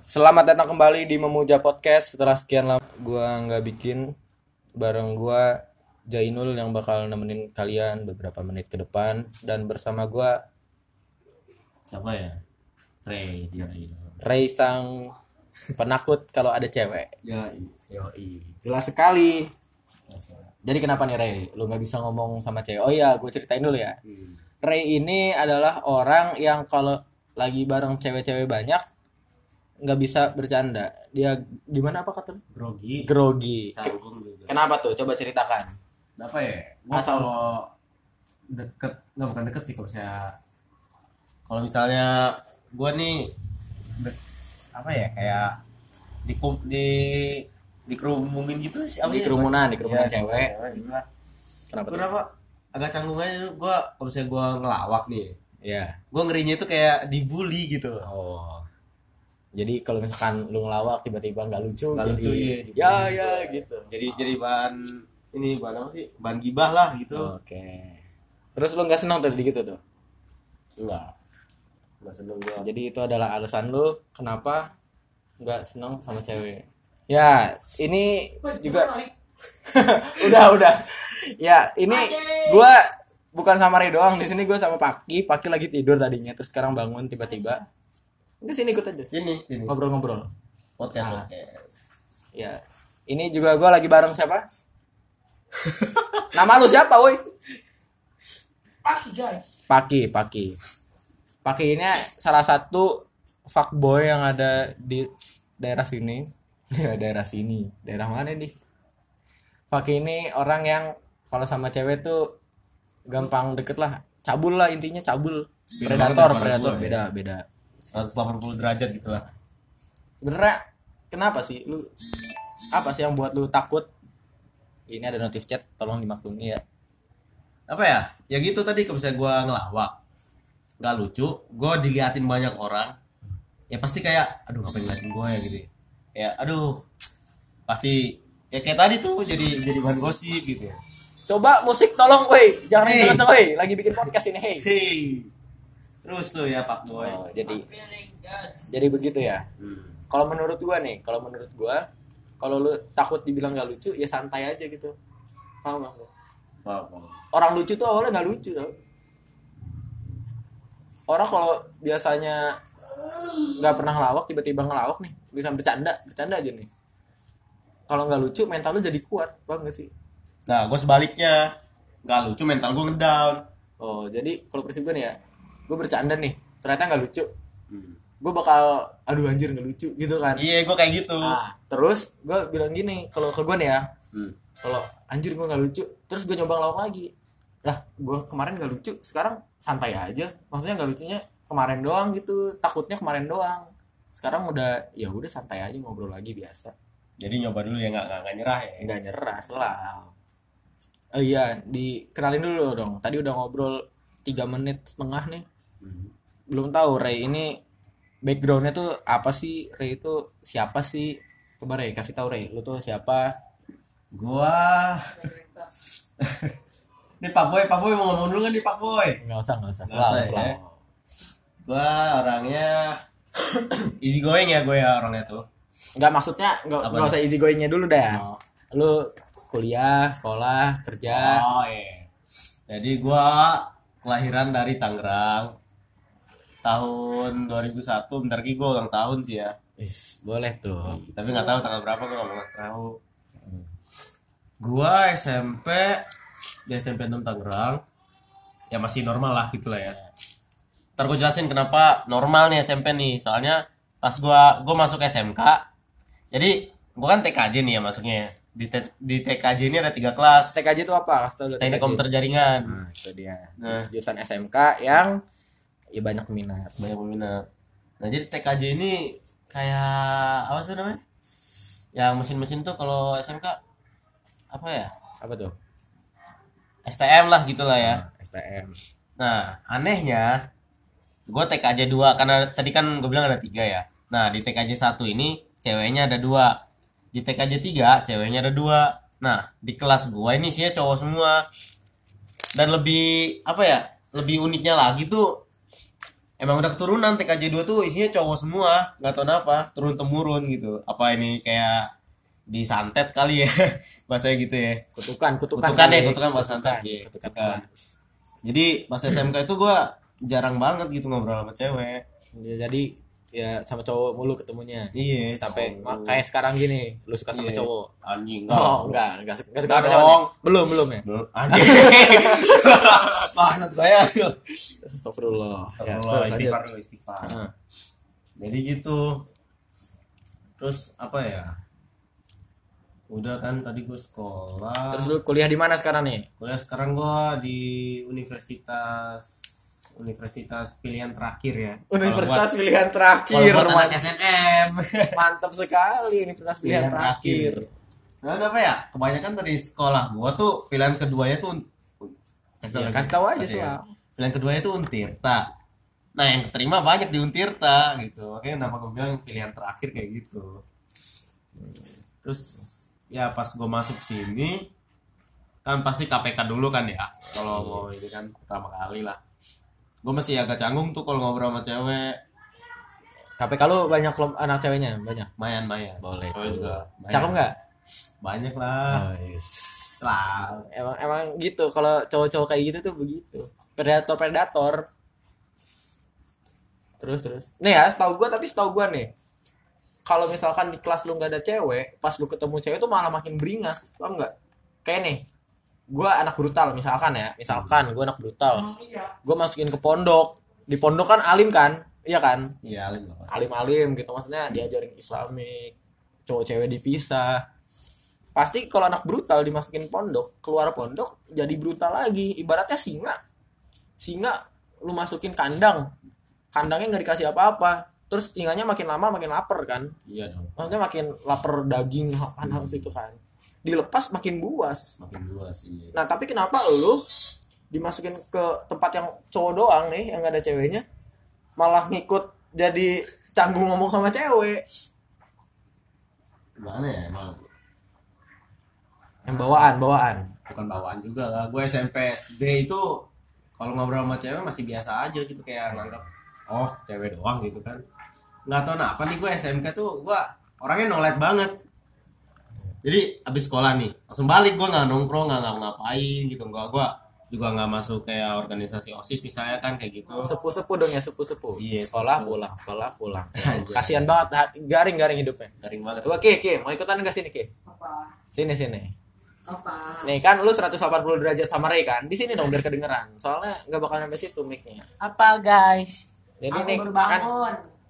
Selamat datang kembali di Memuja Podcast. Setelah sekian lama gua nggak bikin, bareng gua Jainul yang bakal nemenin kalian beberapa menit ke depan, dan bersama gua Siapa ya? Ray sang penakut kalau ada cewek. Ya, Yoi, jelas sekali. Jadi kenapa nih Ray? Lu nggak bisa ngomong sama cewek? Oh iya, gue ceritain dulu ya. Ray ini adalah orang yang kalau lagi bareng cewek-cewek banyak nggak bisa bercanda. Dia gimana apa kata? grogi, Grogi. canggung juga. Kenapa tuh? Coba ceritakan. Apa ya? Gua Asal- kalau deket, nggak bukan deket sih kalau misalnya gua nih apa ya kayak di kerumunin gitu sih Di kerumunan Ya, cewek. gitu lah. Kenapa tuh? Kenapa agak canggung aja gua kalau misalnya gua ngelawak nih. Ya. Gua ngerinya itu kayak dibully gitu. Oh. Jadi kalau misalkan lu ngelawak tiba-tiba nggak lucu, Nggak jadi lucu, iya. ya gitu. Jadi bahan ini bahan apa sih? Bahan gibah lah gitu. Oke. Terus lu nggak senang tadi gitu tuh? Enggak seneng gua. Jadi itu adalah alasan lu kenapa nggak senang sama cewek. Ya, ini juga udah. Ya, ini gua bukan sama Ray doang, di sini gua sama Paki. Paki lagi tidur tadinya, terus sekarang bangun tiba-tiba. Udah sini ikut aja. Sini. Ngobrol-ngobrol. Podcast. Ya. Ini juga gua lagi bareng siapa? Nama lu siapa, woi? Paki. Paki ini salah satu fuckboy yang ada di daerah sini. Ya, daerah mana nih? Paki ini orang yang kalau sama cewek tuh gampang deket lah, cabul lah, intinya cabul. Predator beda 180 derajat gitu lah. Sebenarnya kenapa sih lu, apa sih yang buat lu takut? Ini ada notif chat, tolong dimaklumi ya. Apa ya? Ya gitu tadi kalau misalnya gua ngelawak nggak lucu, gua diliatin banyak orang, ya pasti kayak aduh ngapain ngeliatin gua ya gitu. Ya aduh pasti ya kayak tadi tuh jadi bahan gosip gitu. Coba musik tolong, woi. Jangan Hey. jangan woi. Lagi bikin podcast ini, hey. Hei. Terus tuh ya Pak Boy. Oh, jadi begitu ya. Kalau menurut gua, kalau lu takut dibilang nggak lucu, ya santai aja gitu. Paham nggak lu? Wow. Orang lucu tuh awalnya nggak lucu tau. Orang kalau biasanya nggak pernah ngelawak, tiba-tiba ngelawak nih, bisa bercanda aja nih. Kalau nggak lucu, mental lu jadi kuat, paham nggak sih? Nah, gue sebaliknya nggak lucu mental gue ngedown. Oh, jadi kalau prinsip gue nih ya, gue bercanda nih, ternyata nggak lucu, gue bakal, aduh anjir nggak lucu gitu kan. Iya, gue kayak gitu. Terus gue bilang gini, kalau ke gue nih ya, Hmm. kalau anjir gue nggak lucu, terus gue nyoba ngelawak lagi, lah gue kemarin nggak lucu, sekarang santai aja, maksudnya nggak lucunya kemarin doang gitu, takutnya kemarin doang, sekarang udah ya udah santai aja, ngobrol lagi biasa, Jadi nyoba dulu ya nggak nyerah ya. nggak nyerah selalu. Oh iya, dikenalin dulu dong, tadi udah ngobrol 3 menit setengah nih, belum tahu Ray ini backgroundnya tuh apa sih, Ray itu siapa sih? Coba Ray kasih tahu Ray, lu tuh siapa? Gua Nih Pak Boy mau ngomong dulu kan nih Pak Boy? Nggak usah Nggak selalu usah, ya. Gua orangnya easy going ya gue ya orangnya tuh. Nggak, maksudnya Apa nggak usah easy goingnya dulu dah. Oh. Lu kuliah, sekolah, kerja. Oh iya. Jadi gua kelahiran dari Tangerang tahun 2001. Bentar lagi gua ulang tahun sih ya. Boleh tuh. Tapi nggak tahu tanggal berapa gua nggak mau ngasih tahu. Gua SMP di SMP 6 Tangerang. Ya masih normal lah gitu lah ya. Ntar gue jelasin kenapa normal nih SMP nih. Soalnya pas gua masuk SMK. Jadi gua kan TKJ nih ya masuknya. Di TKJ ini ada 3 kelas. TKJ itu apa? Kasih tau dulu. Teknik TKJ. komputer jaringan. Nah, itu dia. Nah. Jurusan SMK yang ya banyak minat. Banyak peminat. Nah jadi TKJ ini kayak apa sih namanya? Yang mesin-mesin tuh kalau SMK apa ya? Apa tuh? STM lah gitulah ya. STM. Nah anehnya gue TKJ 2 karena tadi kan gue bilang ada 3 ya. Nah di TKJ 1 ini ceweknya ada 2, di TKJ 3 ceweknya ada 2. Nah di kelas gue ini sih cowok semua. Dan lebih apa ya, lebih uniknya lagi tuh emang udah keturunan TKJ 2 tuh isinya cowok semua, nggak tahu kenapa turun temurun gitu. Apa ini kayak disantet kali ya bahasanya gitu ya. Kutukan Kutukan ya, kali. kutukan bahasa santet ya. Kutukan Kutukan. kelas. Jadi pas SMK itu gua jarang banget gitu ngobrol sama cewek. Ya, jadi ya sama cowok mulu ketemunya. Iya, Sampai cowok. kayak sekarang gini, lu suka sama Iya. cowok. Anjing Enggak suka Enggak sama cowok. dong. nih? Belum ya. Belum anjing. Maksud saya. Astagfirullah. Ya, Allah, terus istighfar lanjut. dulu, istighfar. Heeh. Jadi gitu. Terus apa ya? Udah kan tadi gue sekolah. Terus lu kuliah di mana sekarang nih? Kuliah sekarang gue di universitas pilihan terakhir ya. Universitas pilihan Kalau terakhir. buat anak SNM. Mantap sekali universitas pilihan terakhir. Nah, apa ya? Kebanyakan dari sekolah gua tuh pilihan keduanya tuh Ya, kasih tahu aja sih lah. Pilihan keduanya tuh Untirta. Nah, yang keterima banyak di Untirta gitu. Makanya kenapa gue bilang pilihan terakhir kayak gitu. Terus ya pas gue masuk sini kan pasti KPK dulu kan ya. Kalau mau ini kan pertama kali lah. Gue masih agak canggung tuh kalau ngobrol sama cewek. KPK lu banyak anak ceweknya? Banyak. Mayan. Boleh. Cewek juga. Cakep nggak? Banyak lah. Lah. Emang gitu kalau cowok-cowok kayak gitu tuh begitu. Predator. Terus. Nih ya, setahu gua nih. Kalau misalkan di kelas lu nggak ada cewek, pas lu ketemu cewek tuh malah makin beringas, paham nggak? Kayak nih, gua anak brutal misalkan gua anak brutal. Gua masukin ke pondok. Di pondok kan alim kan? Iya kan? Iya, alim lah pasti. Alim-alim gitu maksudnya diajarin Islamik, cowok cewek dipisah. Pasti kalau anak brutal dimasukin pondok, keluar pondok jadi brutal lagi. Ibaratnya singa lu masukin kandangnya nggak dikasih apa-apa, terus singanya makin lama makin lapar kan, Iya dong. maksudnya makin lapar daging hal itu kan, dilepas makin buas. Makin luas iya. Nah tapi kenapa lu dimasukin ke tempat yang cowok doang nih yang nggak ada ceweknya, malah ngikut jadi canggung ngomong sama cewek? Gimana ya emang? Yang bawaan Bukan bawaan juga lah. Gue SMP SD itu kalau ngobrol sama cewek masih biasa aja gitu, kayak nganggap oh cewek doang gitu kan. Nggak tahu kenapa nih gue SMK tuh gue orangnya nolet banget. Jadi abis sekolah nih langsung balik, gue nggak nongkrong, nggak ngapain gitu, gue juga nggak masuk kayak organisasi OSIS misalnya kan kayak gitu. sepuh dong ya, sepuh Iya, sekolah pulang kasihan banget, garing hidupnya. Garing banget. Coba Ki mau ikutan nggak sini Ki? Apa? Sini Apa? nih kan lu 180 derajat sama Ray kan, di sini dong biar kedengeran, soalnya nggak bakal sampai situ mic-nya. Apa guys? Jadi Aku nih baru kan bangun.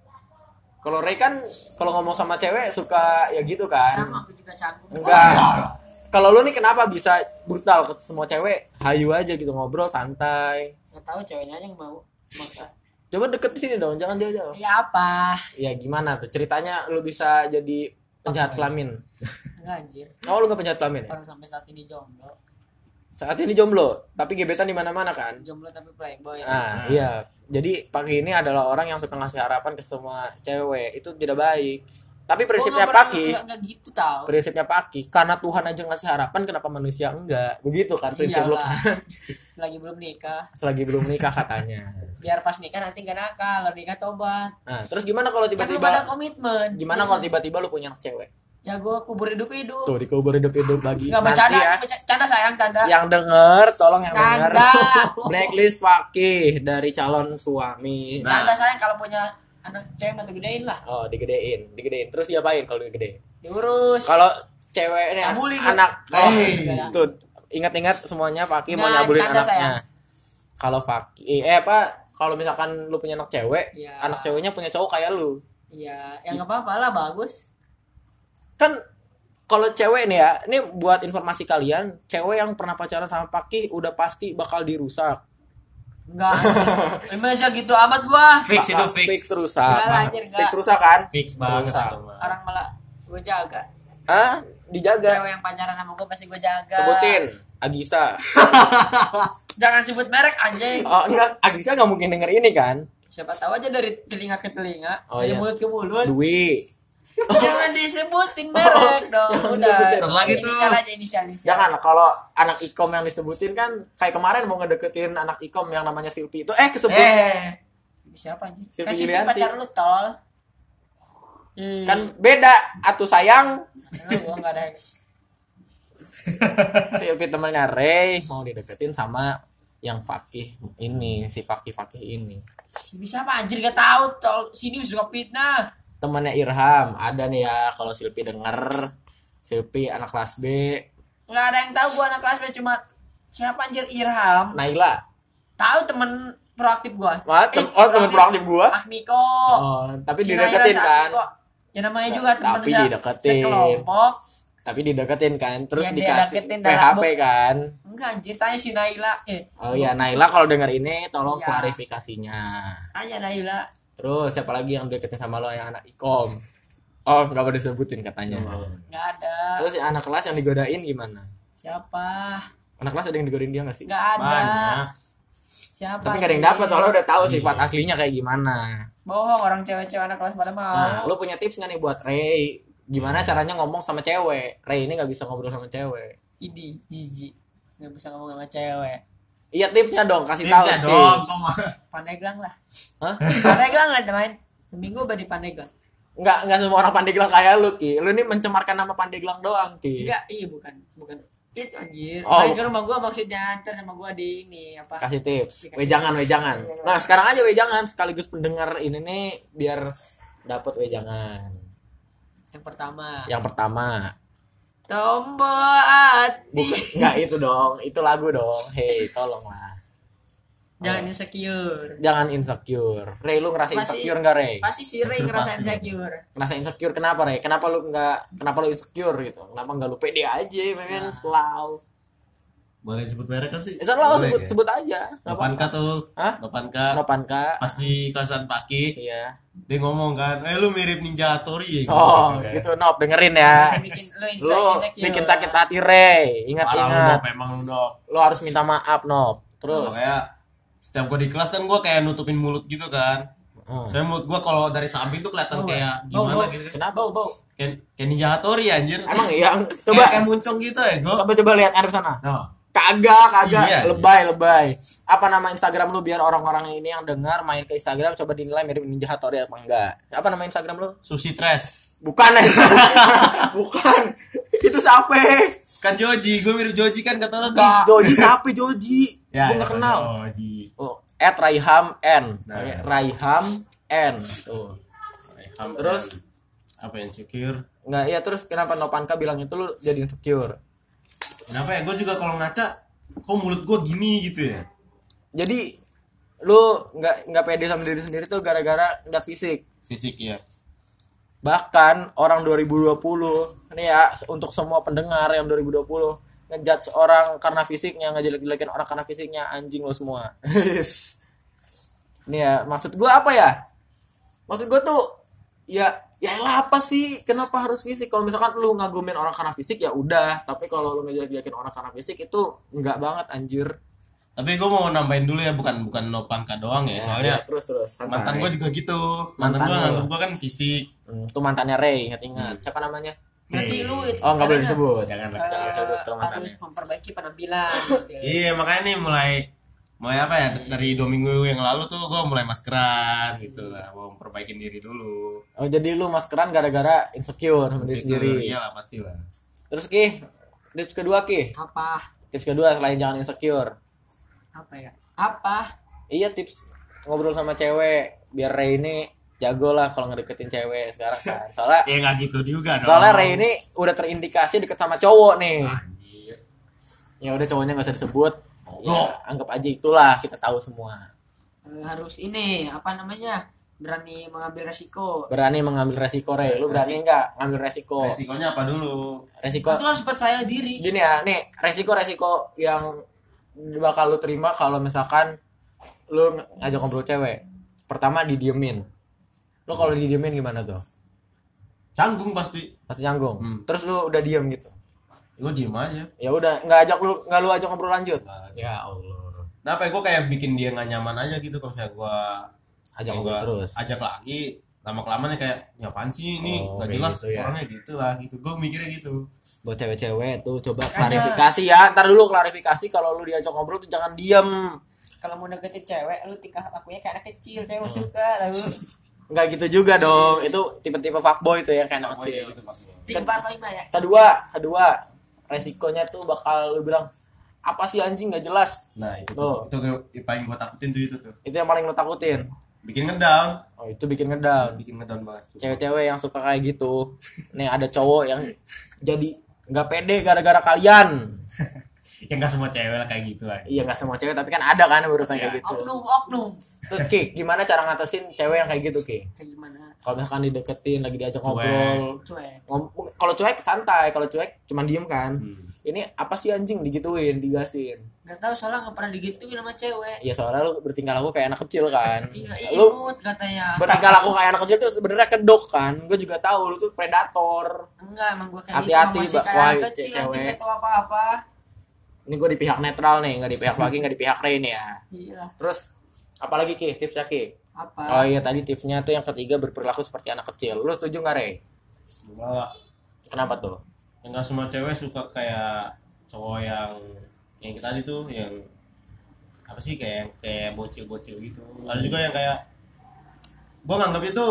kalau Ray kan kalau ngomong sama cewek suka ya gitu kan. Sama aku juga canggung. Enggak. Kalau lu nih kenapa bisa brutal ke semua cewek? Hayu aja gitu, ngobrol santai. Nggak tahu ceweknya aja yang mau maksa. Coba deket di sini dong, jangan jauh-jauh. Ya apa? Ya gimana tuh ceritanya lu bisa jadi penjahat kelamin? Enggak anjir. Oh lu nggak penjahat kelamin ya? Baru sampai saat ini jomblo. Saat ini jomblo, tapi gebetan di mana-mana kan? Jomblo tapi playboy. Nah, iya. Jadi Paki ini adalah orang yang suka ngasih harapan ke semua cewek. Itu tidak baik. Tapi prinsipnya Paki, Enggak gitu tau. prinsipnya Paki, karena Tuhan aja ngasih harapan, kenapa manusia enggak? Begitu kan prinsip lu Iyalah. kan? Lagi belum nikah. Selagi belum nikah katanya. Biar pas nikah nanti nggak nakal. Kalau nikah tobat. Nah, terus gimana kalau Kan belum ada tiba-tiba komitmen. gimana kalau tiba-tiba lu punya anak cewek? Ya gue kubur hidup-hidup. Tuh dikubur hidup-hidup lagi. Enggak Nanti bercanda, ya. canda sayang, canda. Yang denger, tolong yang denger. Canda. Blacklist Fakih dari calon suami. Canda sayang kalau punya anak cewek mah gedein lah. Oh, digedein. Terus diapain kalau digedein? Diurus. Kalau cewek ini Cabuli, gua. anak Hey. tuh ingat-ingat semuanya Fakih mau Nah, nyabulin canda, anaknya. Kalau Fakih kalau misalkan lu punya anak cewek, Iya. anak ceweknya punya cowok kayak lu. Iya, ya nggak apa-apa lah, bagus. Kan kalau cewek nih ya, ini buat informasi kalian, cewek yang pernah pacaran sama Fakih udah pasti bakal dirusak. Enggak. Indonesia gitu amat gua. Fix itu fix. Fix rusak. Enggak lah, anjir, enggak. Fix rusak kan? Fix banget Rusak. itu mah. Orang malah gue jaga. Ah, dijaga. Cewek yang pacaran sama gue pasti gue jaga. Sebutin Agisa. Jangan sebut merek anjing. Oh, enggak, Agisa enggak mungkin denger ini kan? Siapa tahu aja dari telinga ke telinga, Oh, dari iya. mulut ke mulut. Dwi. Jangan disebutin merek dong. Udah. Satu lagi tuh. Inisial aja inisial. Jangan, kalau anak Ikom yang disebutin kan kayak kemarin mau ngedeketin anak Ikom yang namanya Silpi itu kesebut. Siapa anjir? Silvi Kasih Yulianti. pacar lu tol. Kan beda atuh sayang. Gua enggak ada. Silvi temennya Ray mau dideketin sama yang Fakih ini, si Fakih ini. Siapa anjir gak tahu tol. Sini suka fitnah. Temannya Irham ada nih ya, kalau Silvi denger. Silvi anak kelas B. Enggak ada yang tahu gua anak kelas B, cuma siapa anjir Irham. Naila. Tahu temen proaktif gua. Temen proaktif gua. Ahmiko. Oh, tapi Si Naila dideketin kan. Ahmiko. Ya namanya juga temen Tapi dideketin. sekelompok. Tapi dideketin kan, terus Ya, dia dikasih deketin PHP dalam kan. Enggak anjir, tanya si Naila. Oh iya, Naila kalau denger ini tolong Iya. klarifikasinya. Tanya Naila. Terus siapa lagi yang deketin sama lo yang anak Ikom? Oh, nggak boleh disebutin katanya. Enggak ada. Terus yang anak kelas yang digodain gimana? Siapa? Anak kelas ada yang digodain dia nggak sih? Enggak ada. Banyak. Siapa? Tapi nggak ada yang anjir? dapat soalnya udah tahu Iya. sifat aslinya kayak gimana. Bohong, orang cewek-cewek anak kelas pada mau. Nah, lo punya tips nggak nih buat Ray? Gimana caranya ngomong sama cewek? Ray ini nggak bisa ngobrol sama cewek. Ini jijik. Enggak bisa ngomong sama cewek. Iya tipsnya dong, kasih tahu Tipsnya dong, tips. kok mah. Pandeglang lah. Hah? Pandeglang lah main. Seminggu udah di Pandeglang. Nggak semua orang Pandeglang kayak lu Ki. Lu ini mencemarkan nama Pandeglang doang Ki. Enggak, iya bukan itu anjir. Oh. Main ke rumah gua maksudnya antar sama gua di ini apa? Kasih tips. Dikasih Wejangan. tips. Nah, sekarang aja wejangan sekaligus pendengar ini nih biar dapat wejangan. Yang pertama. Yang pertama, Tombol hati. enggak itu dong, itu lagu dong. Hey, tolonglah. Jangan insecure. Jangan insecure. Ray, lu ngerasa Pasti- insecure enggak, Ray? Pasti si Ray ngerasa insecure. Ngerasa insecure kenapa, Ray? Kenapa lu insecure gitu? Kenapa enggak lu pede aja, men? Slow. Boleh sebut merek kan sih? Slow Boleh, ya? sebut aja. Enggak Nopanka apa-apa. tuh. Hah? Nopanka. Nopanka. Pas di kosan Paki, Iya. dia ngomong kan, lu mirip Ninja Hattori ya. Oh, kan. gitu Nop, dengerin ya. Bikin lu Lu insecure. bikin sakit hati, Ray. Parah lu, Ingat-ingat. Nop, emang lu Nop. Lu harus minta maaf, Nop. Terus. Kayak setiap gua di kelas kan gua kayak nutupin mulut gitu kan. Hmm. Soalnya mulut gua kalau dari samping tuh kelihatan kayak gimana gitu. Kenapa? Bau. Kayak Ninja Hattori anjir. Emang iya. Coba Coba kayak muncung gitu ya, gua. coba lihat ada sana. Nah, Kagak. Iya, lebay. Apa nama Instagram lu biar orang-orang ini yang dengar main ke Instagram coba dinilai mirip Ninja Hattori apa enggak? Apa nama Instagram lu? Sushi Trash. Bukan. Bukan. Itu siapa? Kan Joji, gua mirip Joji kan kata lu. Joji siapa Joji? Gua enggak kenal. Joji. Oh, @Raiham N. Nah. Raiham N. Tuh. Terus? Apa insecure? Enggak, iya terus kenapa Nopanka bilang itu lu jadi insecure? Kenapa ya? Gue juga kalau ngaca, kok mulut gue gini gitu ya? Jadi lu nggak pede sama diri sendiri tuh gara-gara ngeliat fisik. Fisik ya. Bahkan orang 2020 ini ya untuk semua pendengar yang 2020 ngejudge orang karena fisiknya, ngejelek-jelekin orang karena fisiknya, anjing lo semua. Ini ya maksud gua apa ya? Maksud gua tuh ya elah apa sih? Kenapa harus fisik? Kalau misalkan lu ngagumin orang karena fisik ya udah, tapi kalau lu ngejelek-jelekin orang karena fisik itu enggak banget anjir. Tapi gue mau nambahin dulu ya, bukan Nopanka doang ya. Soalnya terus mantan gue juga gitu. Mantan Mantan gue lu. nganggep gue kan fisik. Itu mantannya Ray, ingat-ingat. Siapa namanya? Nanti lu itu. Oh, enggak boleh caranya, disebut. Janganlah. Jangan disebut kalau harus mantannya. memperbaiki penampilan. Iya makanya nih mulai apa ya, dari 2 minggu yang lalu tuh gue mulai maskeran gitu lah, mau memperbaikin diri dulu. Oh, jadi lu maskeran gara-gara insecure sama diri sendiri. Iyalah pastilah. Terus Ki, tips kedua Ki. Apa? Tips kedua selain jangan insecure. Apa ya? Apa? Iya, tips ngobrol sama cewek biar Ray ini jago lah kalau ngedeketin cewek sekarang kan. Soalnya Ya nggak gitu juga dong. soalnya Ray ini udah terindikasi deket sama cowok nih. Anjir. Ya udah cowoknya nggak usah disebut. Ya, Oh. anggap aja itulah kita tahu semua. Harus ini apa namanya? Berani mengambil resiko. Berani mengambil resiko Ray. Lu berani nggak ngambil resiko? Resikonya apa dulu? Resiko Itu harus percaya diri. gini ya, nih resiko yang bakal lu terima kalau misalkan lu ngajak ngobrol cewek. Pertama didiemin. Lu kalau didiemin gimana tuh? Canggung pasti. Pasti canggung. Hmm. Terus lu udah diem gitu. Gue diem aja. Ya udah, nggak lu ajak ngobrol lanjut. Nggak. Ya Allah. Nah, apa gue kayak bikin dia nggak nyaman aja gitu kalau misalnya gue Ajak ngobrol terus. ajak lagi, lama kelamaan kayak ya apaan sih ini Oh, nggak kayak jelas gitu ya. orangnya gitu lah gitu. Gue mikirnya gitu. Buat cewek-cewek tuh coba klarifikasi ya. Ntar dulu klarifikasi kalau lu diajak ngobrol tuh jangan diem. kalau mau deketin cewek lu tingkah lakunya kayak anak kecil, cewek suka tahu. Nggak gitu juga dong, itu tipe-tipe fuckboy itu ya, kayak anak kecil. Tipe apa ya? Kedua resikonya tuh bakal lu bilang apa sih anjing nggak jelas. Nah itu Tuh. tuh itu paling gua takutin tuh itu tuh. Itu yang paling lu takutin. Bikin ngedown. Oh, itu bikin ngedown. Bikin ngedown banget. Cewek-cewek yang suka kayak gitu. Nih ada cowok yang jadi nggak pede gara-gara kalian. Ya nggak semua cewek lah kayak gitu lah. Iya nggak semua cewek, tapi kan ada kan berusaha kayak gitu. Oknum. Terus Ki, gimana cara ngatasin cewek yang kayak gitu Ki? Kayak gimana? Kalau misalkan dideketin, lagi diajak Cuek. ngobrol, Cuek. kalau cuek santai, kalau cuek cuma diem kan. Hmm. Ini apa sih anjing digituin, digasin. Gak tahu soalnya nggak pernah digituin sama cewek. Ya soalnya lu bertingkah laku kayak anak kecil kan. Iya, Lu imut katanya. bertingkah laku kayak anak kecil tuh sebenarnya kedok kan. Gue juga tahu lu tuh predator. Enggak, emang gua kayak Hati-hati, gitu, masih Mbak. kayak Wah, anak kecil cewek. anjing, nggak tahu apa-apa. Ini gue di pihak netral nih, nggak di pihak Faki, nggak di pihak Ray nih ya. Iya. Terus apalagi Ki tipsnya Ki? Apa? Oh iya tadi tipsnya tuh yang ketiga berperilaku seperti anak kecil. Lu setuju nggak Ray? Enggak. Kenapa tuh? Enggak semua cewek suka kayak cowok yang tadi tuh yang apa sih kayak bocil-bocil gitu. Ada juga yang kayak gua nganggap itu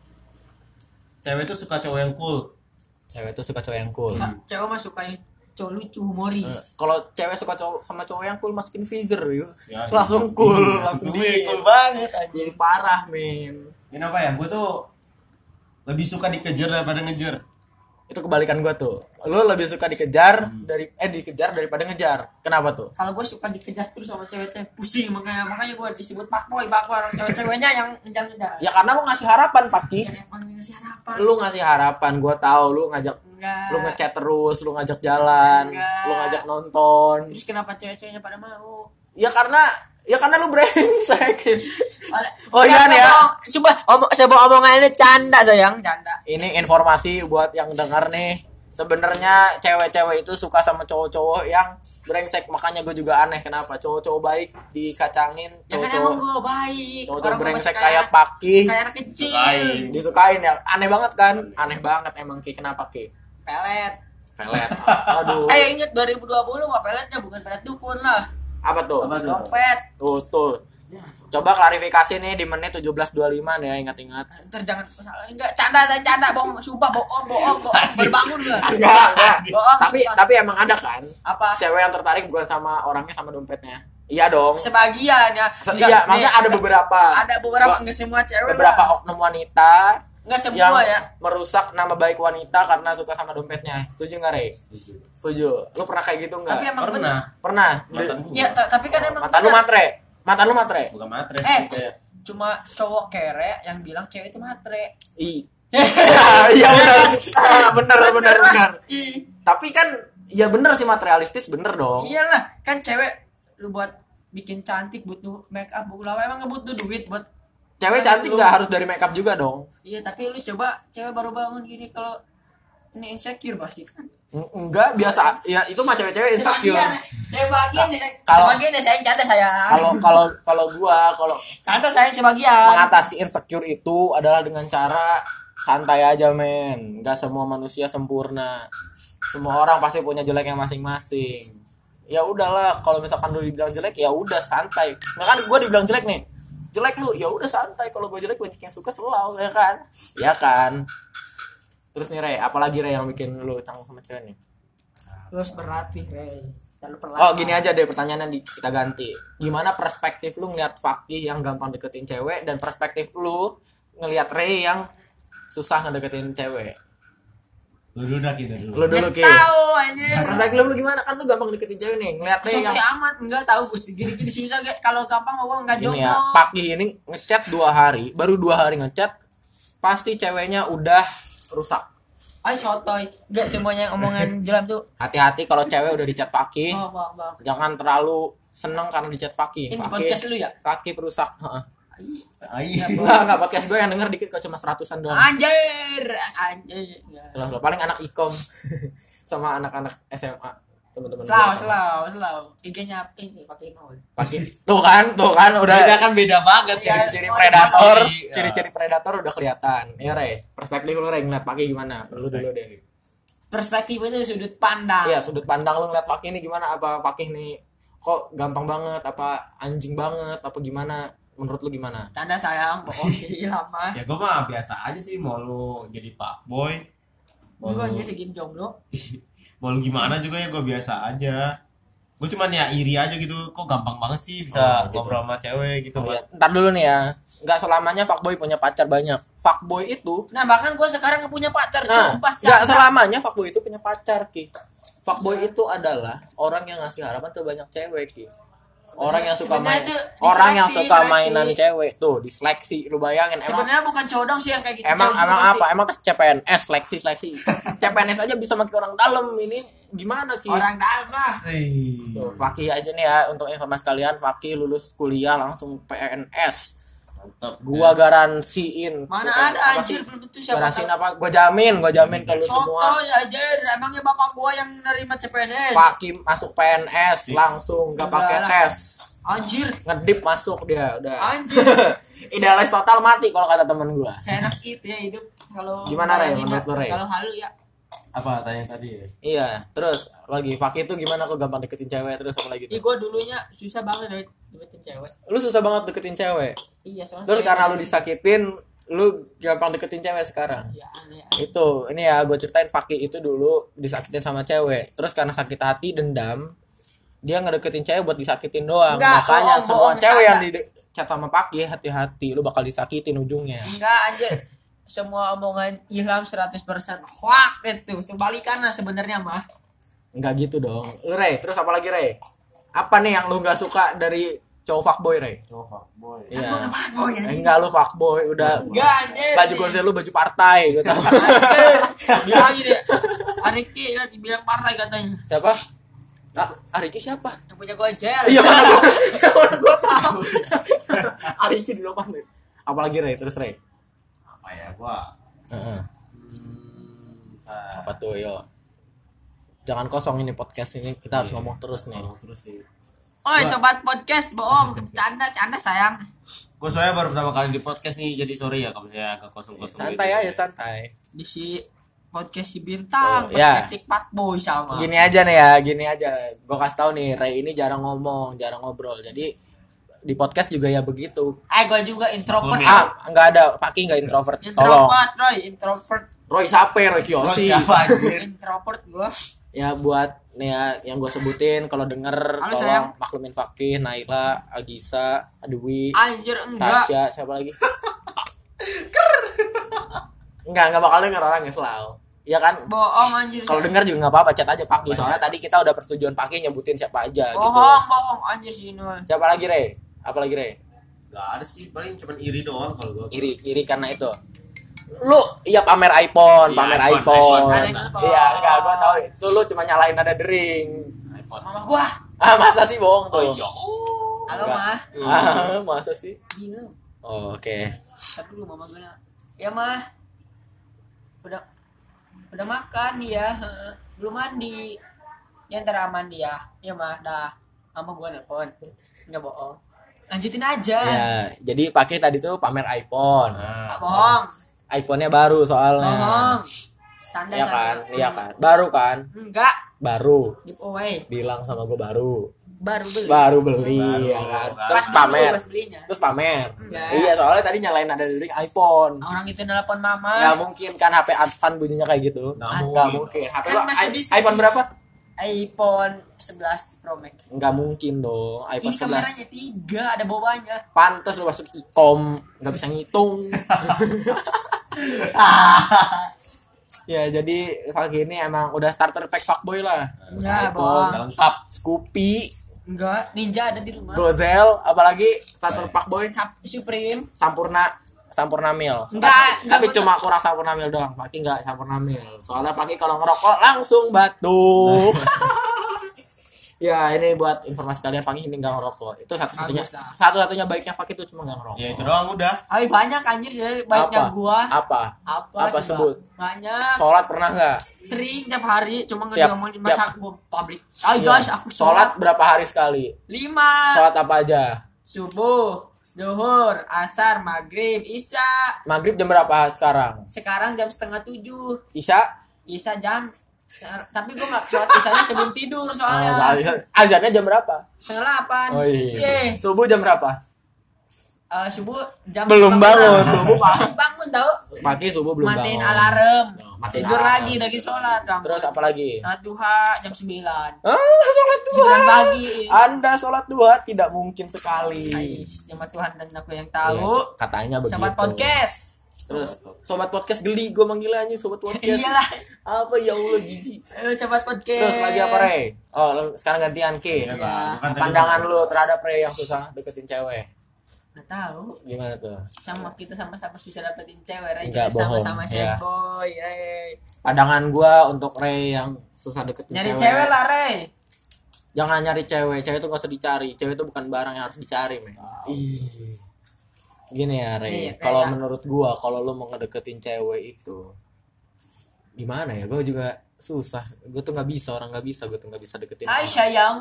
cewek itu suka cowok yang cool. Cewek tuh suka cowok yang cool. Cewek mah suka yang cowok lucu, humoris. Kalau cewek suka cowok sama cowok yang cool masukin freezer yuk. Ya, Langsung cool, langsung cool banget aja. Cool parah men. Ini apa ya? Gua tuh lebih suka dikejar daripada ngejar. Itu kebalikan gua tuh. Lu lebih suka dikejar dikejar daripada ngejar. Kenapa tuh? Kalau gue suka dikejar terus sama cewek-cewek pusing, makanya gue disebut fuckboy, orang cewek-ceweknya yang ngejar-ngejar. Ya karena lu ngasih harapan, Paki. Ya emang ngasih harapan. Lu ngasih harapan, gua tahu lu ngajak Enggak. lu ngechat terus, lu ngajak jalan, Enggak. lu ngajak nonton. Terus kenapa cewek-ceweknya pada mau? Ya karena lu brengsek. Oh Ya, iya nih ya. Coba sebuah omongan ini canda sayang, canda. Ini informasi buat yang dengar nih. Sebenarnya cewek-cewek itu suka sama cowok-cowok yang brengsek. Makanya gue juga aneh kenapa cowok-cowok baik dikacangin, Ya kan emang cowok-cowok gue baik. cowok-cowok Orang gua brengsek masih kayak Paki kayak anak kecil. Sukain. disukain ya. Aneh banget kan? Aneh banget emang Ki. Kenapa Ki? Pelet. Pelet. Aduh. Ingat 2020 mah peletnya bukan pelet dukun lah. Apa tuh? Apa tuh? Dompet. Tuh. Coba klarifikasi nih di menit 17.25 nih ya, ingat-ingat. Ntar jangan salah. Enggak, canda bohong, sumpah bohong. Baru bangun gua. Enggak. Bohong, Tapi sumpah. tapi emang ada kan? Apa? Cewek yang tertarik bukan sama orangnya, sama dompetnya. Iya dong. Sebagian ya. Iya, makanya ada beberapa. Ada beberapa, enggak semua cewek. Beberapa lah. oknum wanita Enggak yang semua ya. merusak nama baik wanita karena suka sama dompetnya. Setuju nggak, Rey? Setuju. Lu pernah kayak gitu nggak? Tapi emang benar. Pernah. Mantan gua. Ya, tapi kan emang Mantan lu matre. Bukan matre. Eh, cuma cowok kere yang bilang cewek itu matre. Iya benar. Ih, Tapi kan ya bener sih, materialistis bener dong. iyalah, kan cewek lu buat bikin cantik butuh make up, butuh emang nggak butuh duit buat. Cewek cantik nggak harus dari makeup juga dong. Iya, tapi lu coba cewek baru bangun gini kalau ini insecure pasti kan. Enggak, biasa. Ya itu mah cewek-cewek insecure. Sebagian Kalau- ya sayang, canda sayang. Kalau gua Canda sayang sebagian. mengatasi insecure itu adalah dengan cara santai aja men. Nggak semua manusia sempurna. Semua orang pasti punya jeleknya masing-masing. Ya udahlah, kalau misalkan lu dibilang jelek ya udah santai. Nah kan gua dibilang jelek nih. Jelek lu, ya udah santai. Kalau gua jelek banyak yang suka selalu ya kan? Ya kan? Terus nih Rey, apalagi Rey yang bikin lu canggung sama cewek nih? Terus berlatih, Rey. Jangan lupa Oh gini aja deh pertanyaannya kita ganti. Gimana perspektif lu ngeliat Fakih yang gampang deketin cewek dan perspektif lu ngeliat Ray yang susah ngedeketin cewek? Lu dulu dah kita dulu. Lu dulu Ki. Tahu anjir. Perspektif lu gimana, kan lu gampang deketin cewek nih. Ngeliat Ray yang Sampai amat enggak tahu gue segini-gini susah kayak kalau gampang gua enggak gini jomblo. ya, Fakih ini ngechat 2 hari, baru 2 hari ngechat pasti ceweknya udah rusak. Ay sotoy. Enggak semuanya yang omongan jelas tuh. Hati-hati kalau cewek udah dicat Fakih. Oh, bang. Jangan terlalu seneng karena dicat Fakih. Ini podcast lu ya? Fakih perusak. Heeh. Iya. Enggak podcast gue yang denger dikit kok, cuma 100-an doang. Anjir. Selalu paling anak ikom sama anak-anak SMA, teman-teman. Selaw. IG-nya ini pakai mau. Pakai tuh kan udah Beda kan beda banget ya. ciri-ciri predator, Iya. ciri-ciri predator udah kelihatan. Iya Rey, perspektif lu Rey ngeliat Paki gimana? Lu dulu deh. Perspektif itu sudut pandang. Iya, sudut pandang lu ngeliat Paki ini gimana? Apa Paki nih kok gampang banget apa anjing banget apa gimana? Menurut lu gimana? Tanda sayang, bohong Ilham mah. Ya gue mah biasa aja sih, mau lu jadi fuckboy, mau Gue lu, aja segini jomblo. mau lu gimana juga ya gue biasa aja. Gue cuman ya iri aja gitu, kok gampang banget sih bisa gitu. ngobrol sama cewek gitu. Oh, iya. Ntar dulu nih ya, nggak selamanya fuckboy punya pacar banyak. Fuckboy itu, Nah bahkan gue sekarang nggak punya pacar, nah, sumpah, nggak Cak. selamanya fuckboy itu punya pacar Ki. Fuckboy itu adalah orang yang ngasih harapan ke banyak cewek Ki. Orang yang suka main, Sebenarnya itu orang yang diseleksi, suka seleksi. mainan cewek tuh diseleksi. Lu bayangin emang Sebenarnya bukan cowok dong sih yang kayak gitu. emang cewek emang juga apa? sih. Emang tes CPNS seleksi. CPNS aja bisa makin orang dalam ini gimana Ki? Orang dalam lah. Tuh, Faki aja nih ya untuk informasi kalian, Faki lulus kuliah langsung PNS. Mantap. Gua garansiin. Mana Bukan, ada apa anjir sih? belum tentu siapa Garansiin tahu. apa? Gua jamin ke lu semua. Foto ya anjir, emangnya bapak gua yang nerima CPNS. Faki masuk PNS langsung gak pakai Enggak lah. tes. Anjir, Ngedip masuk dia udah. anjir. Idealis total mati kalau kata temen gua. Seenak itu ya hidup kalau Gimana, Ray? bayangin Menurut ya, lu, Ray? Kalau halu ya. Apa tanya tadi ya? Iya, terus lagi Faki itu gimana kok gampang deketin cewek terus apa lagi Ih, tuh? gua dulunya susah banget deketin cewek. Lu susah banget deketin cewek. Iya, soalnya Terus saya- karena lu disakitin, lu gampang deketin cewek sekarang. Ya aneh. Itu ini ya gue ceritain Faki itu dulu disakitin sama cewek, terus karena sakit hati dendam dia ngedeketin cewek buat disakitin doang. Enggak, Makanya bohong, semua bohong, cewek yang bercanda. di chat sama Faki hati-hati lu bakal disakitin ujungnya. Enggak anjir. Semua omongan Ilham 100% hoax itu. Sebalikan lah sebenarnya mah. Enggak gitu dong. Lu Rey, terus apa lagi Rey? Apa nih yang lu nggak suka dari cowok fuckboy Rey? Cowok fuckboy. Iya. Gua enggak boy anjing. Enggak lu fuckboy udah. Enggak anjir. Baju gosel lu baju partai gitu. Bilang gini ya. Ariki lah dibilang partai katanya. Siapa? Ariki siapa? Yang punya gojel. Iya mana gua tahu. Ariki di depan nih. Apalagi Rey, terus Rey. Apa ya gua? Heeh. Ah, Apa tuh yo? Jangan kosong ini podcast ini kita harus ngomong terus nih. terus sih. Oi sobat podcast bohong. Canda sayang. Gue soalnya baru pertama kali di podcast nih, jadi sorry ya kalau saya agak kosong-kosong. Santai gitu. aja santai. Di si podcast si bintang. Oh, ya. Perspektif Pak Boy sama. Gini aja nih ya, gini aja. Gue kasih tahu nih, Ray ini jarang ngomong, jarang ngobrol. Jadi di podcast juga ya begitu. Gue juga introvert. Maklum ya. Enggak ada, Paki enggak introvert. Tolong. Introvert, Roy. Introvert. Roy siapa? Roy Oh, Kiyoshi. siapa anjir? Introvert gua. Ya buat nih ya yang gue sebutin kalau denger Halo, tolong sayang. maklumin Fakih, Naila, Agisa, Adwi, Anjir enggak. Tasya, siapa lagi? enggak bakal denger orangnya selalu. Iya kan? Bohong anjir. Kalau denger juga nggak apa-apa, chat aja Paki. Soalnya tadi kita udah persetujuan Paki nyebutin siapa aja gitu. bohong anjir si Inul. Siapa lagi, Re? Apa lagi, Re? Gak ada sih, paling cuman iri doang kalau gue. Iri karena itu. Lu iya pamer iPhone, Iya, pamer iPhone, iPhone. Ada iPhone. Iya, enggak gua tahu itu lu cuma nyalain nada dering. iPhone. Mama gua. Masa sih bohong tuh? Oh iya. Halo Enggak. mah. Masa sih? Gila. Oh, oke. Tapi dulu mama gue ya mah. Udah makan dia. Belum mandi. Ya ntar mandi ya. Ya mah dah. Mama gua nelpon. Enggak bohong. Lanjutin aja. Ya, jadi pakai tadi tuh pamer iPhone. Nah, Nggak bohong. iPhone-nya baru soalnya. Bohong. Tanda Iya kan? Iya kan? Baru kan? Enggak. Baru. Giveaway. Bilang sama gue baru. Baru beli. Baru beli Baru, ya kan. kan. Terus Pas pamer. dulu pas belinya. Terus pamer. Enggak. Iya, soalnya tadi nyalain nada dering iPhone. Orang itu nelpon mama. Nggak mungkin kan HP Advan bunyinya kayak gitu. Nggak mungkin. HP Kan lo masih bisa iPhone di- berapa? iPhone 11 Pro Max. Nggak mungkin dong. iPhone Ini 11. kameranya 3, ada bawahnya. Pantes lu masuk Ikom, nggak bisa ngitung. Ya jadi pagi ini emang udah starter pack fuckboy lah. Enggak, iPhone, bohong. Udah lengkap. Scoopy, Enggak, Ninja ada di rumah. Gozel, apalagi starter fuckboy Supreme. Sampurna Mil. Enggak, tapi enggak cuma kurang Sampurna Mil doang. Pagi nggak Sampurna Mil. Soalnya pagi kalau ngerokok langsung batuk. Ya ini buat informasi kalian pagi ini nggak ngerokok. Itu Bagus lah. satu-satunya baiknya pagi itu cuma nggak ngerokok. Ya itu doang udah. Tapi banyak anjir sih baiknya Apa? gua. Apa coba? sebut? Banyak. Sholat pernah nggak? Sering tiap hari cuma Tiap- enggak ngomongin masa gua pabrik. Ayo Iya. guys, aku Sholat sholat berapa hari sekali? 5. Sholat apa aja? Subuh, zuhur, asar, maghrib, isya. Maghrib jam berapa sekarang? Sekarang jam setengah 7. Isya? Isya jam Tapi gue nggak sholat isanya sebelum tidur soalnya. Azannya jam berapa? 7:30. Oh iya. Yeay. Subuh jam berapa? Subuh jam Belum 5 bangun, kurang. subuh Belum bangun tahu. Pagi subuh belum Matiin bangun. alarm. Matiin Tidur alarm. lagi lagi sholat. Bang. Terus apa lagi? Sholat duha jam 9. Sholat duha. 9 pagi. Anda sholat duha tidak mungkin sekali. Ais, sama Tuhan dan aku yang Iya, tahu. katanya begitu. Sobat podcast. Terus sobat podcast geli gue manggilnya sobat podcast. Iyalah. Apa ya Allah jijik. Sobat podcast. Terus lagi apa Rey? Oh sekarang gantian Ki. Iya. Pandangan lu terhadap Rey yang susah deketin cewek. Nggak tahu. Gimana tuh? Sama kita sama-sama susah dapetin cewek, Ray. Enggak, Sama-sama bohong. sad Iya. boy. Ray. Pandangan gua untuk Rey yang susah deketin Nyari cewek lah, Ray. Jangan nyari cewek. Cewek itu gak usah dicari. Cewek itu bukan barang yang harus dicari, men. Ih. Gini ya, Rey. Iya, Kalau kayak- menurut gua, kalau lu mau ngedeketin cewek itu gimana ya? Gua juga susah. Gua tuh nggak bisa, orang nggak bisa. Gua tuh nggak bisa deketin. Hai orang. sayang.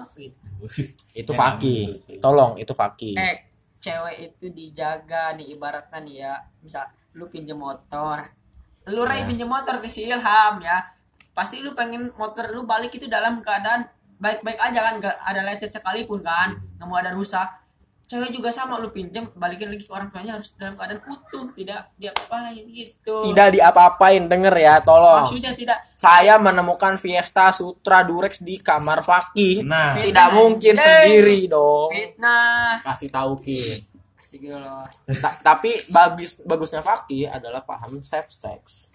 Itu Faki. Tolong, itu Faki. Cewek itu dijaga nih ibaratnya nih ya. Misal lu pinjem motor. Lu Ray Ya. pinjem motor ke si Ilham ya. Pasti lu pengen motor lu balik itu dalam keadaan baik-baik aja kan, gak ada lecet sekalipun kan, nggak mau ada rusak. Cewek juga sama, lu pinjem balikin lagi ke orang tuanya harus dalam keadaan utuh, tidak diapa-apain gitu. Tidak diapa-apain, denger ya, tolong. Maksudnya tidak. Saya menemukan Fiesta Sutra Durex di kamar Faki. Nah, Tidak mungkin Hey. sendiri dong. Fitnah. Kasih tahu Ki. Astagfirullah. Tapi bagusnya Faki adalah paham safe sex.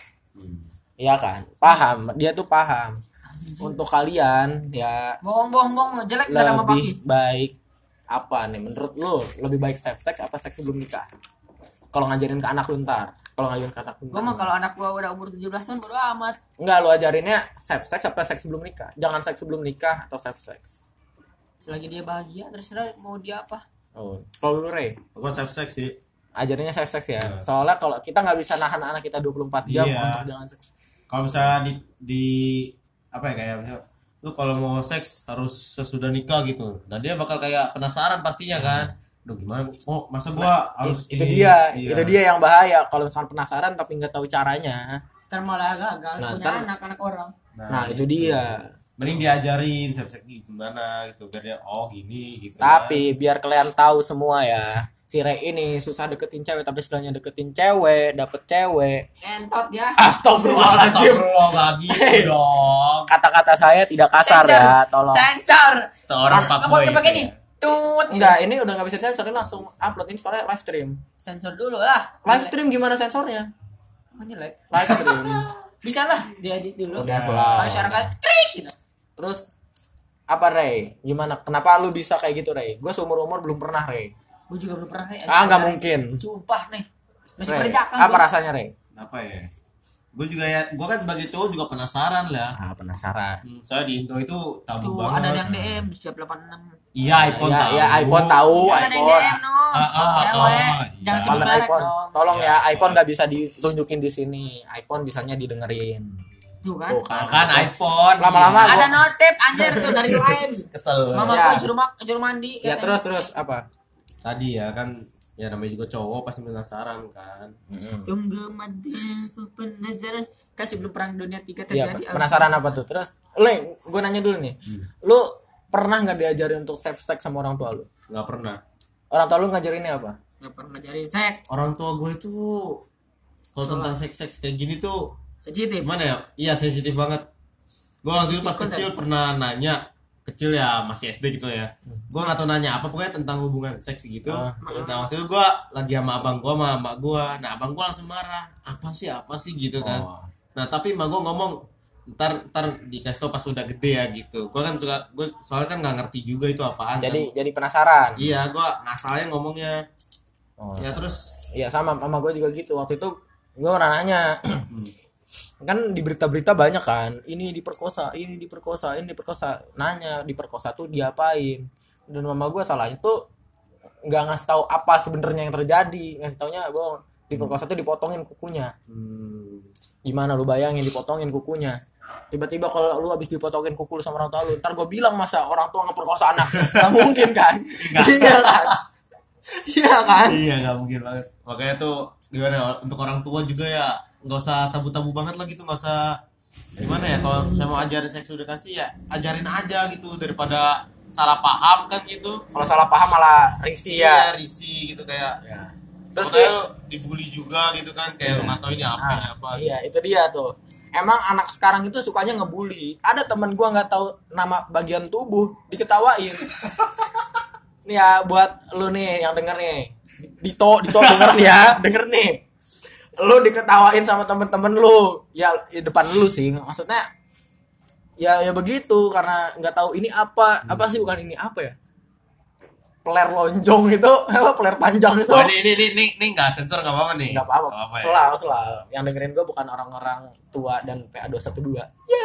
Iya kan? Paham, dia tuh paham. Untuk kalian ya Bohong jelek gak nama Paki. lebih baik apa nih menurut lu? Lebih baik safe sex apa seks sebelum nikah? Kalau ngajarin ke anak lu ntar. Kalau ngajarin ke anak lu. Gua mah kalau anak gua udah umur 17 tahun bodo amat. Enggak, lu ajarinnya safe sex apa seks sebelum nikah? Jangan seks sebelum nikah atau safe sex. Selagi dia bahagia terserah mau dia apa. Oh, kalau lu Rey, gua safe sex sih. ajarinnya safe sex ya. Iya. Soalnya kalau kita nggak bisa nahan anak kita 24 jam Iya. untuk jangan seks. Kalau misalnya di apa ya, kayak misalnya lu kalau mau seks harus sesudah nikah gitu. Nah, dia bakal kayak penasaran pastinya kan. Duh gimana? Oh, masa gua harus Itu ini? dia, Iya. itu dia yang bahaya. Kalau misalkan penasaran tapi nggak tahu caranya. Ntar malah gagal Nah, punya ntar- anak orang. Nah, itu dia. Mending diajarin seks gimana gitu biar dia gini gitu. Tapi biar kalian tahu semua ya, si Rey ini susah deketin cewek tapi sekalinya deketin cewek, dapet cewek. Entot ya. Astagfirullahaladzim. Astagfirullah, gak gitu dong. Kata-kata saya tidak kasar Sensor. ya, tolong. Sensor. Seorang Kamu fuckboy pakai pakai itu nih. ya. Tut. Enggak, ini udah nggak bisa sensor, ini langsung upload. Ini soalnya live stream. Sensor dulu lah. Live stream gimana sensornya? Oh, jelek. Live stream. Bisa lah diedit dulu. Udah lah. Masyarakat trik gitu. Terus apa Rey? Gimana? Kenapa lu bisa kayak gitu Rey? Gue seumur-umur belum pernah Rey. Gue juga belum pernah kayak. Nggak mungkin. Sumpah nih. Masih Rey, perjaka. apa rasanya Rey? Apa ya? Gue juga ya, gue kan sebagai cowok juga penasaran lah. Penasaran. Soalnya di Indo itu tabu Tuh banget. ada yang DM di siap 86. Iya, iPhone tahu. Iya, iPhone tahu. Ada yang iPhone. DM no. Cewek. iya. Jangan sebut Pamer merek iPhone. dong. Tolong Iya, ya, iPhone iPhone. nggak bisa ditunjukin di sini. iPhone bisanya didengerin. Tuh kan. Tuh kan. Kan iPhone. Lama-lama Ada gua- notif anjir tuh dari lain. Kesel. Mama Ya. gua juru mandi. Ya katanya. terus apa? Tadi ya kan, ya namanya juga cowok pasti penasaran kan. Sungguh mati aku penasaran. Kan sebelum perang dunia 3 Iya, terjadi. penasaran apa tuh? Terus, gue nanya dulu nih. Lu pernah nggak diajarin untuk safe sex sama orang tua lu? Nggak pernah. Orang tua lu ngajarinnya apa? Gak pernah ngajarin seks. Orang tua gue itu kalau tentang seks kayak gini tuh Sensitif. gimana ya? Iya, sensitif banget. Gue waktu itu pas Ikut, kecil pernah nanya, kecil ya masih SD gitu ya. Gue nggak tahu nanya apa pokoknya tentang hubungan seks gitu. Nah waktu itu gue lagi sama abang gue sama emak gue. Nah abang gue langsung marah. Apa sih gitu kan. Oh. Nah tapi emak gue ngomong ntar dikasih tau pas udah gede ya gitu. Gue kan suka, gue soalnya kan nggak ngerti juga itu apaan. Jadi penasaran. Iya, gue ngasalnya ngomongnya. Oh, Ya terus iya sama gue juga gitu. Waktu itu gue pernah nanya. Kan di berita-berita banyak kan, ini diperkosa. Nanya diperkosa tuh diapain? Dan mama gue salahnya tuh nggak ngasih tahu apa sebenarnya yang terjadi. Ngasih taunya gue diperkosa tuh dipotongin kukunya. Gimana lu bayangin dipotongin kukunya? Tiba-tiba kalau lu habis dipotongin kuku lu sama orang tua lu, ntar gue bilang masa orang tua ngeperkosa anak? Gak mungkin kan? Iya kan? Iya kan? Iya nggak mungkin banget. Makanya tuh gimana untuk orang tua juga ya nggak usah tabu-tabu banget lah gitu, nggak usah gimana ya, kalau saya mau ajarin seks edukasi ya ajarin aja gitu, daripada salah paham kan gitu. Kalau salah paham malah risih Iya, ya. risih gitu kayak. Ya. Terus Terus kayak dibully juga gitu kan, kayak nggak tahu ini apa ini apa. Iya, itu dia tuh. Emang anak sekarang itu sukanya ngebully. Ada teman gua nggak tahu nama bagian tubuh, diketawain. Nih ya buat lu nih yang denger nih. Dito denger nih ya, denger nih. Lu diketawain sama temen-temen lu. Ya depan lu sih. Maksudnya ya begitu karena nggak tahu ini apa sih, bukan ini apa ya. Peler lonjong itu, apa peler panjang itu. Oh, ini nggak sensor nggak apa-apa nih. Nggak apa-apa. Ya. Selalu. Yang dengerin gue bukan orang-orang tua dan PA212. Ya.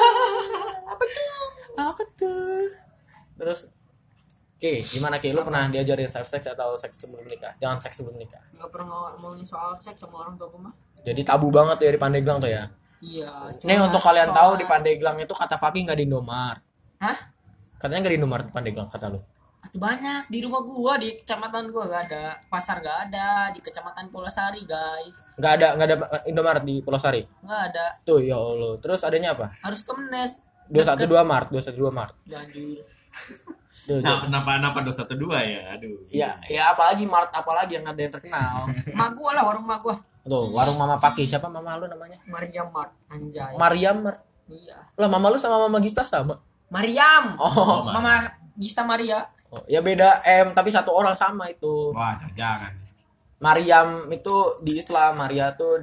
Apa tuh? Terus, gimana Ki? Lu pernah diajarin seks atau seks sebelum nikah? Jangan seks sebelum nikah. Nggak pernah ngomongin soal seks sama orang tua gue mah. Jadi tabu banget ya di Pandeglang tuh ya. Iya. Nih untuk kalian tahu di Pandeglang itu kata Faki nggak di Indomaret. Hah? Katanya nggak di Indomaret di Pandeglang kata lu. Itu banyak di rumah gua, di kecamatan gua nggak ada, pasar nggak ada, di kecamatan Polosari guys Nggak ada Indomaret di Pulau Sari. nggak ada, Tuh ya Allah. Terus adanya apa? harus ke Menes. 212 Maret. Ganjil. Tuh, Nah, kenapa 212 ya? Aduh. ya apalagi Maret apalagi yang ada yang terkenal. Mak gua lah, warung mak gua. Tuh, warung Mama Paki. Siapa mama lu namanya? Mariam Mart, anjay. Mariam. Iya. Lah mama lu sama Mama Gista sama. Mariam. Oh. Mama Gista Maria. Oh, ya beda M tapi satu orang sama itu. Wah, jangan. Mariam itu di Islam, Maria tuh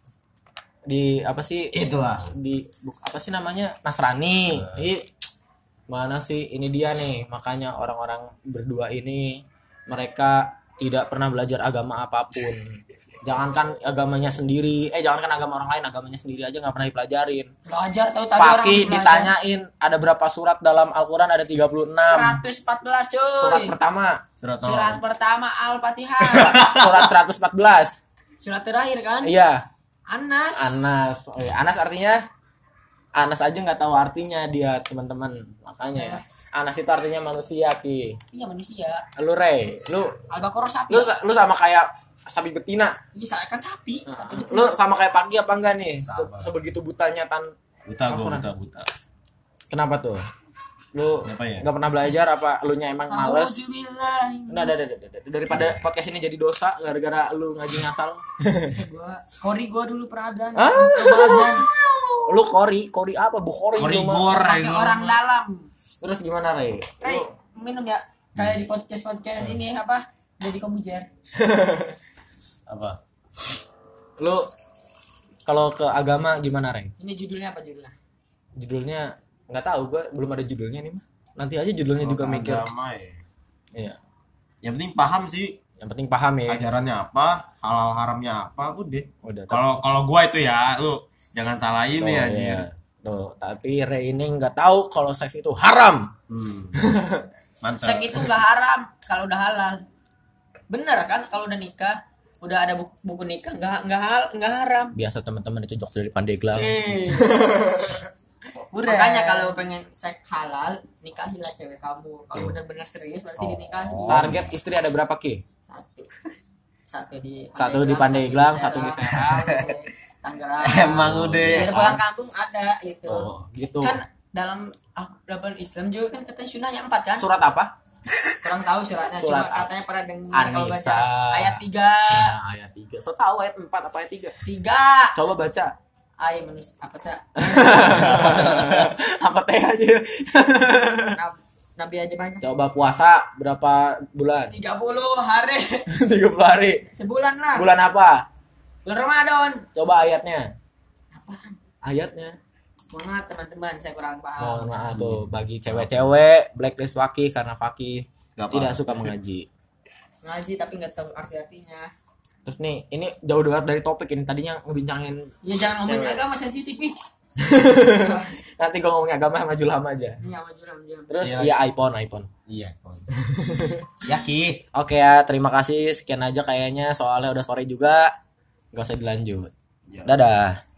di apa sih? Itulah. Apa sih namanya? Nasrani. Mana sih? Ini dia nih. Makanya orang-orang berdua ini mereka tidak pernah belajar agama apapun. Jangankan agamanya sendiri, jangankan agama orang lain, agamanya sendiri aja nggak pernah dipelajarin. Belajar tahu tadi Fakih orang ditanyain ada berapa surat dalam Al-Quran, ada 36. 114 cuy. Surat pertama, Surat pertama Al-Fatihah. surat 114. Surat terakhir kan? Iya, Anas. Anas. Oh, iya. Anas artinya Anas aja nggak tahu artinya dia, teman-teman. Makanya Anas itu artinya manusia, Ki. Iya manusia. Lu Rey, lu Al-Baqarah sapi. lu sama kayak sapi betina. Iya saya kan sapi. Sapi betina. Lu sama kayak Pagi apa enggak nih? Sama. Sebegitu butanya Buta. Kenapa tuh? Lu Kenapa ya? nggak pernah belajar apa elunya emang males? Alhamdulillah. Nah, daripada podcast ini jadi dosa gara-gara lu ngaji ngasal. Gua dulu peradan. Ah. Peradan. Lu kori apa? Bukhori Kori lu mah. gor. Pakai orang dalam. Terus gimana, Rey? Rey, minum ya. Kayak di podcast ini apa? Jadi komujer. Apa? Lu kalau ke agama gimana, Rey? Ini judulnya apa judulnya? Judulnya nggak tahu, gua belum ada judulnya nih mah. Nanti aja judulnya juga mikir. Agama ya. Iya. Yang penting paham sih Yang penting paham ya. ajarannya apa, halal haramnya apa, udah. Udah. Kalau gua itu ya, lu jangan salahin Tuh, ya, iya. anjir. Tuh, tapi Rey ini nggak tahu kalau seks itu haram. Mantap. Seks itu nggak haram kalau udah halal. Bener kan kalau udah nikah, udah ada buku nikah nggak haram. Biasa teman-teman itu jokes dari Pandeglang. Makanya kalau pengen seks halal, nikahilah cewek kamu. Kalau benar-benar serius berarti dinikahi. Target istri ada berapa, Ki? Satu di Pandeglang, satu di Serang. Tangerang. Emang udah. Di pulang kampung ada itu. Oh, gitu. Kan dalam dalam Islam juga kan katanya sunahnya 4 kan? Surat apa? Kurang tahu suratnya, Surat cuma katanya pernah dengar kalau baca An-Nisa. ayat 3. Nah, ayat 3. So tahu ayat 4 apa ayat 3? 3. Coba baca. Ayat manusia apa tuh? Apa teh aja? Nabi aja banyak. Coba puasa berapa bulan? 30 hari. 30 hari. Sebulan lah. Bulan apa? Bulan Ramadan. Coba ayatnya. Apaan? Ayatnya. Mohon maaf teman-teman, saya kurang paham. Mohon maaf tuh bagi cewek-cewek blacklist Fakih karena Fakih Gak tidak apa-apa. suka mengaji. Ngaji tapi nggak tahu arti-artinya. Terus nih, ini jauh banget dari topik ini. Tadinya ngebincangin. Ya jangan ngomongin Cewek. agama sensitif nih. Nanti gue ngomongin agama sama Julham aja. Iya, majulah. Terus Iya. ya iPhone. Iya. Ya Ki. Oke ya, terima kasih. Sekian aja kayaknya soalnya udah sore juga. Gak usah dilanjut. Ya. Dadah.